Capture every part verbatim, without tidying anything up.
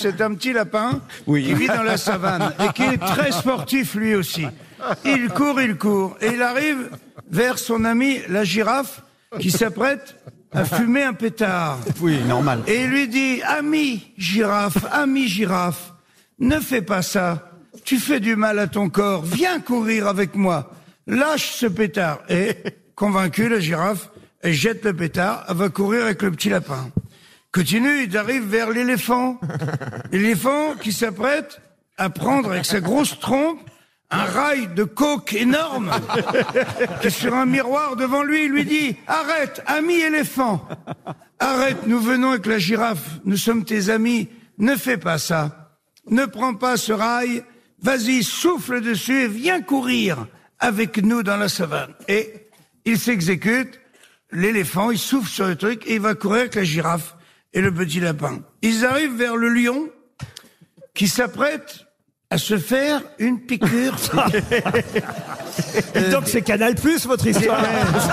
C'est un petit lapin Oui. qui vit dans la savane et qui est très sportif lui aussi. Il court, il court, et il arrive vers son ami la girafe qui s'apprête à fumer un pétard. Oui, normal. Et il lui dit, ami girafe, ami girafe, ne fais pas ça. Tu fais du mal à ton corps. Viens courir avec moi. Lâche ce pétard. Et, convaincu, la girafe, elle jette le pétard, elle va courir avec le petit lapin. Continue, il arrive vers l'éléphant. L'éléphant qui s'apprête à prendre avec sa grosse trompe un rail de coke énorme qui est sur un miroir devant lui. Il lui dit, arrête, ami éléphant. Arrête, nous venons avec la girafe. Nous sommes tes amis. Ne fais pas ça. Ne prends pas ce rail. Vas-y, souffle dessus et viens courir avec nous dans la savane. Et il s'exécute. L'éléphant, il souffle sur le truc et il va courir avec la girafe et le petit lapin. Ils arrivent vers le lion qui s'apprête à se faire une piqûre. Et donc c'est Canal Plus votre histoire.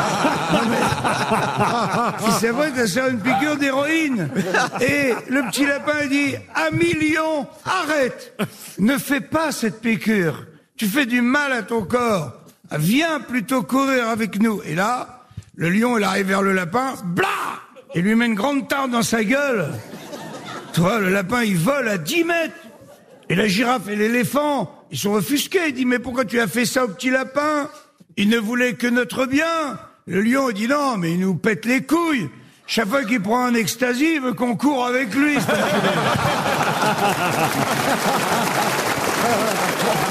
Il s'apprête à se faire une piqûre d'héroïne. Et le petit lapin dit, ami lion, arrête. Ne fais pas cette piqûre. Tu fais du mal à ton corps. Viens plutôt courir avec nous. Et là, le lion, il arrive vers le lapin, blah! Il lui met une grande tarte dans sa gueule. Tu vois, le lapin, il vole à dix mètres. Et la girafe et l'éléphant, ils sont offusqués. Il dit, mais pourquoi tu as fait ça au petit lapin? Il ne voulait que notre bien. Le lion, il dit, non, mais il nous pète les couilles. Chaque fois qu'il prend un ecstasy, il veut qu'on court avec lui.